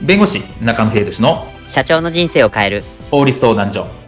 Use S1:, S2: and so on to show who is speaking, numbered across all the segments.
S1: 弁護士中野秀俊の
S2: 社長の人生を変える
S1: 法律相談所。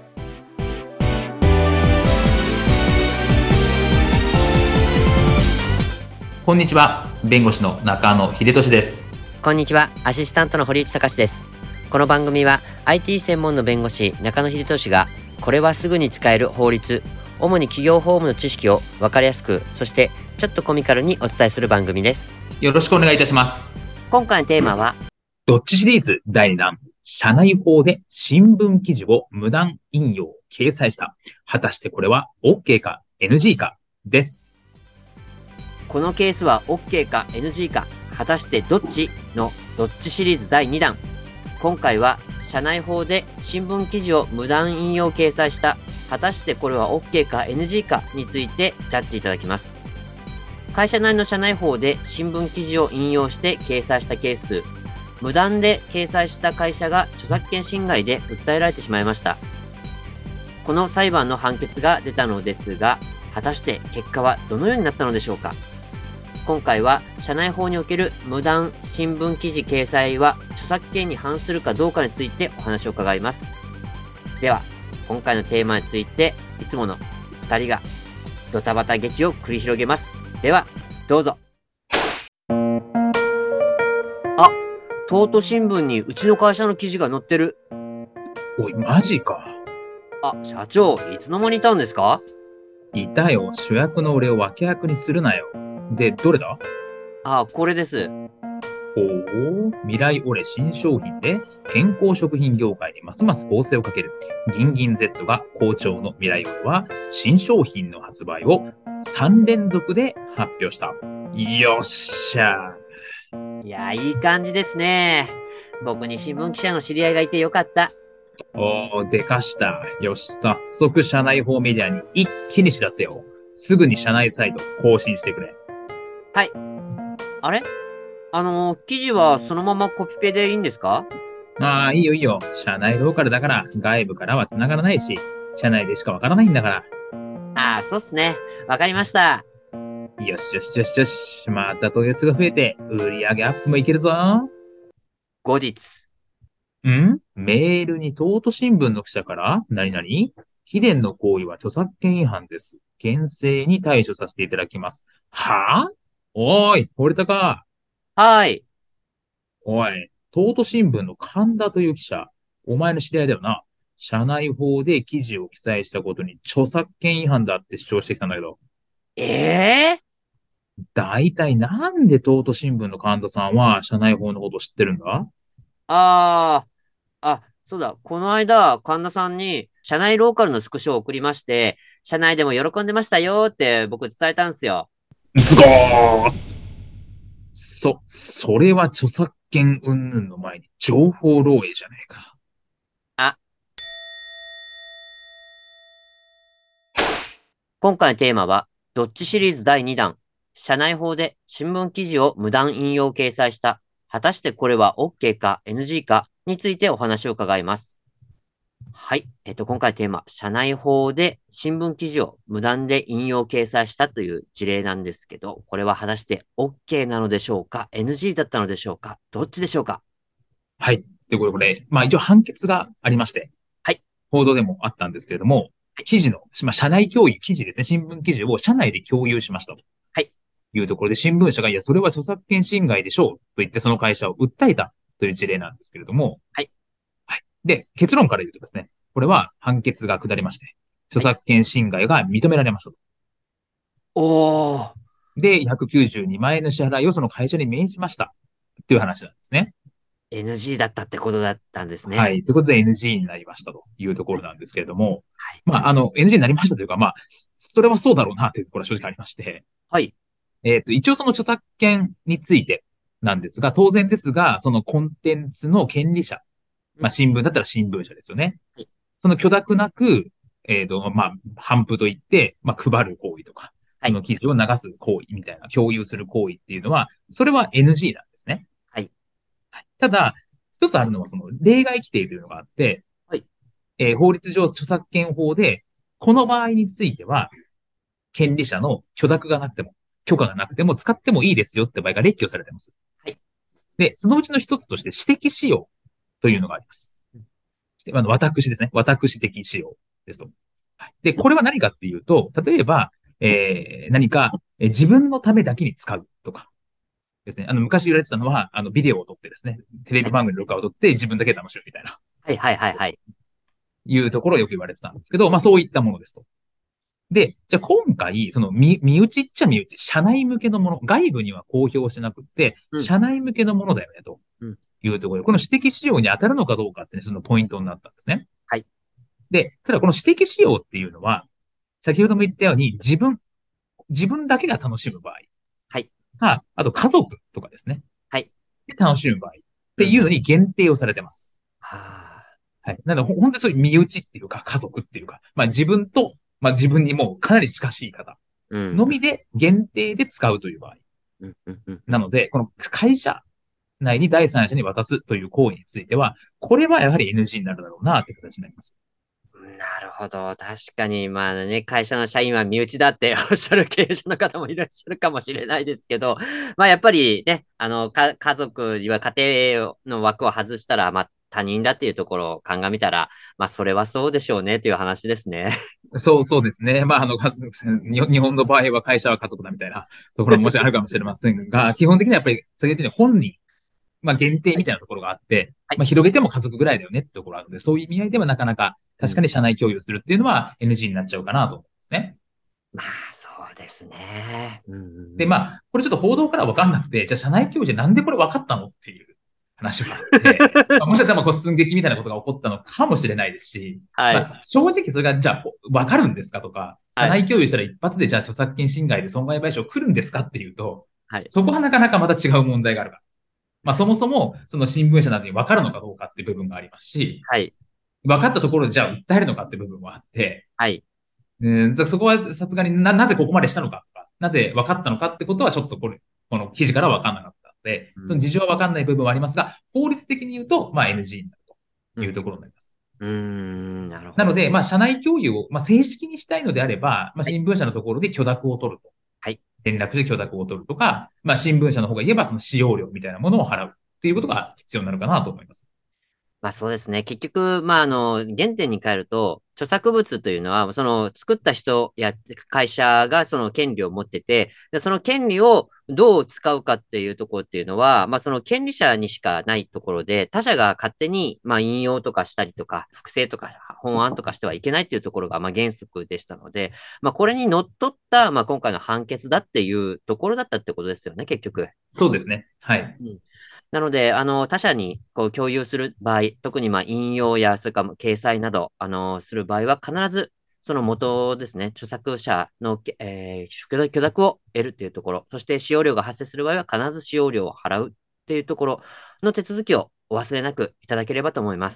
S1: こんにちは、弁護士の中野秀俊です。
S2: こんにちは、アシスタントの堀内隆です。この番組は IT 専門の弁護士中野秀俊がこれはすぐに使える法律、主に企業法務の知識を分かりやすく、そしてちょっとコミカルにお伝えする番組です。
S1: よろしくお願いいたします。
S2: 今回のテーマは
S1: どっちシリーズ第2弾、社内法で新聞記事を無断引用掲載した。果たしてこれは OK か NG かです。
S2: このケースは OK か NG か、果たしてどっちのどっちシリーズ第2弾。今回は社内法で新聞記事を無断引用掲載した。果たしてこれは OK か NG かについてジャッジいただきます。会社内の社内法で新聞記事を引用して掲載したケース、無断で掲載した会社が著作権侵害で訴えられてしまいました。この裁判の判決が出たのですが、果たして結果はどのようになったのでしょうか。今回は社内法における無断新聞記事掲載は著作権に反するかどうかについてお話を伺います。では、今回のテーマについていつもの2人がドタバタ劇を繰り広げます。では、どうぞ。あ、東都新聞にうちの会社の記事が載ってる。
S1: おい、マジか。
S2: あ、社長、いつの間にいたんですか？
S1: いたよ。主役の俺を脇役にするなよ。で、どれだ？
S2: あ、これです。
S1: ほう、未来オレ新商品で健康食品業界にますます攻勢をかけるギンギン Z が好調の未来オレは新商品の発売を3連続で発表した。よっしゃ。
S2: いや、いい感じですね。僕に新聞記者の知り合いがいてよかった。
S1: おー、でかした。よし、早速社内法メディアに一気に知らせよう。すぐに社内サイト更新してくれ。
S2: はい。あれ？記事はそのままコピペでいいんですか？
S1: ああ、いいよいいよ。社内ローカルだから外部からは繋がらないし、社内でしかわからないんだから。
S2: ああ、そうっすね。わかりました。
S1: よしよしよしよし。また問い合わせが増えて、売り上げアップもいけるぞ。
S2: 後日。
S1: メールに東都新聞の記者から何々秘伝の行為は著作権違反です。厳正に対処させていただきます。はぁ、おーい、堀田か。
S2: はい。
S1: おい、東都新聞の神田という記者、お前の知り合いだよな。社内法で記事を記載したことに著作権違反だって主張してきたんだけど、
S2: ええ
S1: 大体なんで東都新聞の神田さんは社内法のことを知ってるんだ？
S2: ああ、そうだ。この間、神田さんに、社内ローカルのスクショを送りまして、社内でも喜んでましたよって僕伝えたんすよ。
S1: ズゴー。それは著作権云々の前に情報漏洩じゃねえか。
S2: あ、今回のテーマは、どっちシリーズ第2弾。社内法で新聞記事を無断引用掲載した。果たしてこれは OK か NG かについてお話を伺います。はい。今回のテーマ、社内法で新聞記事を無断で引用掲載したという事例なんですけど、これは果たして OK なのでしょうか？ NG だったのでしょうか？どっちでしょうか？
S1: はい。で、これ、まあ一応判決がありまして、
S2: はい。
S1: 報道でもあったんですけれども、
S2: はい。
S1: 記事の、まあ、社内共有、記事ですね、新聞記事を社内で共有しましたと
S2: はい。
S1: いうところで、新聞社が、いや、それは著作権侵害でしょうと言ってその会社を訴えたという事例なんですけれども、
S2: はい。
S1: はい。で、結論から言うとですね、これは判決が下りまして、著作権侵害が認められましたと。
S2: おー。
S1: で、192万円の支払いをその会社に命じましたという話なんですね。
S2: NG だったってことだったんですね。
S1: はい。ということで NG になりましたというところなんですけれども、
S2: はい。
S1: まあ、NG になりましたというか、まあ、それはそうだろうなというところは正直ありまして、
S2: はい。
S1: 一応その著作権についてなんですが、当然ですが、そのコンテンツの権利者、まあ、新聞だったら新聞社ですよね。
S2: はい。
S1: その許諾なく、まあ、頒布といって、まあ、配る行為とか、
S2: はい。
S1: その記事を流す行為みたいな、共有する行為っていうのは、それは NG なんですね。
S2: はい。
S1: はい。ただ、一つあるのはその例外規定というのがあって、
S2: はい。
S1: 法律上著作権法で、この場合については、権利者の許諾がなくても、許可がなくても使ってもいいですよって場合が列挙されてます。
S2: はい。
S1: で、そのうちの一つとして私的使用というのがあります。私ですね。私的使用ですと。で、これは何かっていうと、例えば、何か、自分のためだけに使うとかですね。昔言われてたのは、ビデオを撮ってですね、テレビ番組の録画を撮って自分だけ楽しむみたいな。
S2: はいはいはいはい。
S1: いうところをよく言われてたんですけど、まあそういったものですと。で、じゃあ今回、その身内っちゃ身内、社内向けのもの、外部には公表してなくって、社内向けのものだよね、というところで、この私的使用に当たるのかどうかってね、そのポイントになったんですね。
S2: はい。
S1: で、ただこの私的使用っていうのは、先ほども言ったように、自分だけが楽しむ場合。
S2: はい。
S1: あと家族とかですね。
S2: はい。
S1: で楽しむ場合っていうのに限定をされてます。
S2: はい。
S1: なので、本当にそういう身内っていうか、家族っていうか、まあ自分と、まあ自分にもうかなり近しい方のみで限定で使うという場合。なので、この会社内に第三者に渡すという行為については、これはやはり NG になるだろうなって形になります。
S2: なるほど。確かに、まあね、会社の社員は身内だっておっしゃる経営者の方もいらっしゃるかもしれないですけど、まあやっぱりね、家族は家庭の枠を外したら、まあ他人だっていうところを鑑みたら、まあそれはそうでしょうねという話ですね。
S1: そうですね。まあ、日本の場合は会社は家族だみたいなところももちろんあるかもしれませんが、基本的にはやっぱり、先ほど言ったように本人、まあ限定みたいなところがあって、
S2: はい、
S1: まあ広げても家族ぐらいだよねってところがあるので、そういう意味合いではなかなか確かに社内共有するっていうのは NG になっちゃうかなと思うんですね。
S2: まあそうですね。
S1: で、まあ、これちょっと報道からわかんなくて、じゃあ社内共有じゃなんでこれわかったのっていう話があって、まあ、もしかしたらこう寸劇みたいなことが起こったのかもしれないですし、
S2: はい、
S1: まあ、正直それがじゃあわかるんですかとか、社内共有したら一発でじゃあ著作権侵害で損害賠償来るんですかっていうと、
S2: はい、
S1: そこはなかなかまた違う問題があるから。まあそもそもその新聞社などに分かるのかどうかっていう部分がありますし、
S2: はい、
S1: 分かったところでじゃあ訴えるのかっていう部分もあって、
S2: はい。
S1: そこはさすがになぜここまでしたのかとか、なぜ分かったのかってことはちょっとこの記事から分かんなかったので、その事情は分かんない部分はありますが、法律的に言うと、まあ NG になるというところになります。
S2: なるほど。
S1: なので、まあ社内共有を、まあ、正式にしたいのであれば、まあ新聞社のところで許諾を取ると。
S2: はい。
S1: 連絡して許諾を取るとか、まあ新聞社の方が言えばその使用料みたいなものを払うっていうことが必要になるかなと思います。
S2: まあそうですね。結局、まあ原点に帰ると、著作物というのは、その作った人や会社がその権利を持ってて、でその権利をどう使うかっていうところっていうのは、まあその権利者にしかないところで、他者が勝手にまあ引用とかしたりとか、複製とか本案とかしてはいけないっていうところがまあ原則でしたので、まあこれにのっとったまあ今回の判決だっていうところだったってことですよね、結局。
S1: そうですね。はい。
S2: なので、他者にこう共有する場合、特にまあ引用や、それから掲載など、する場合は、必ずその元ですね、著作者の、許諾を得るというところ、そして使用料が発生する場合は、必ず使用料を払うというところの手続きをお忘れなくいただければと思います。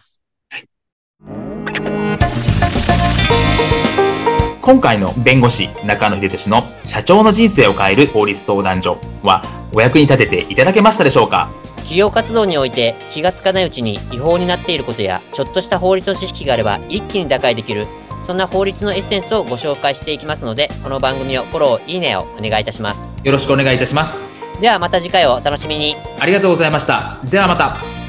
S1: 今回の弁護士中野秀俊の社長の人生を変える法律相談所はお役に立てていただけましたでしょうか。
S2: 企業活動において気がつかないうちに違法になっていることやちょっとした法律の知識があれば一気に打開できる、そんな法律のエッセンスをご紹介していきますので、この番組をフォロー、いいねをお願いいたします。
S1: よろしくお願いいたします。
S2: ではまた次回をお楽しみに。
S1: ありがとうございました。ではまた。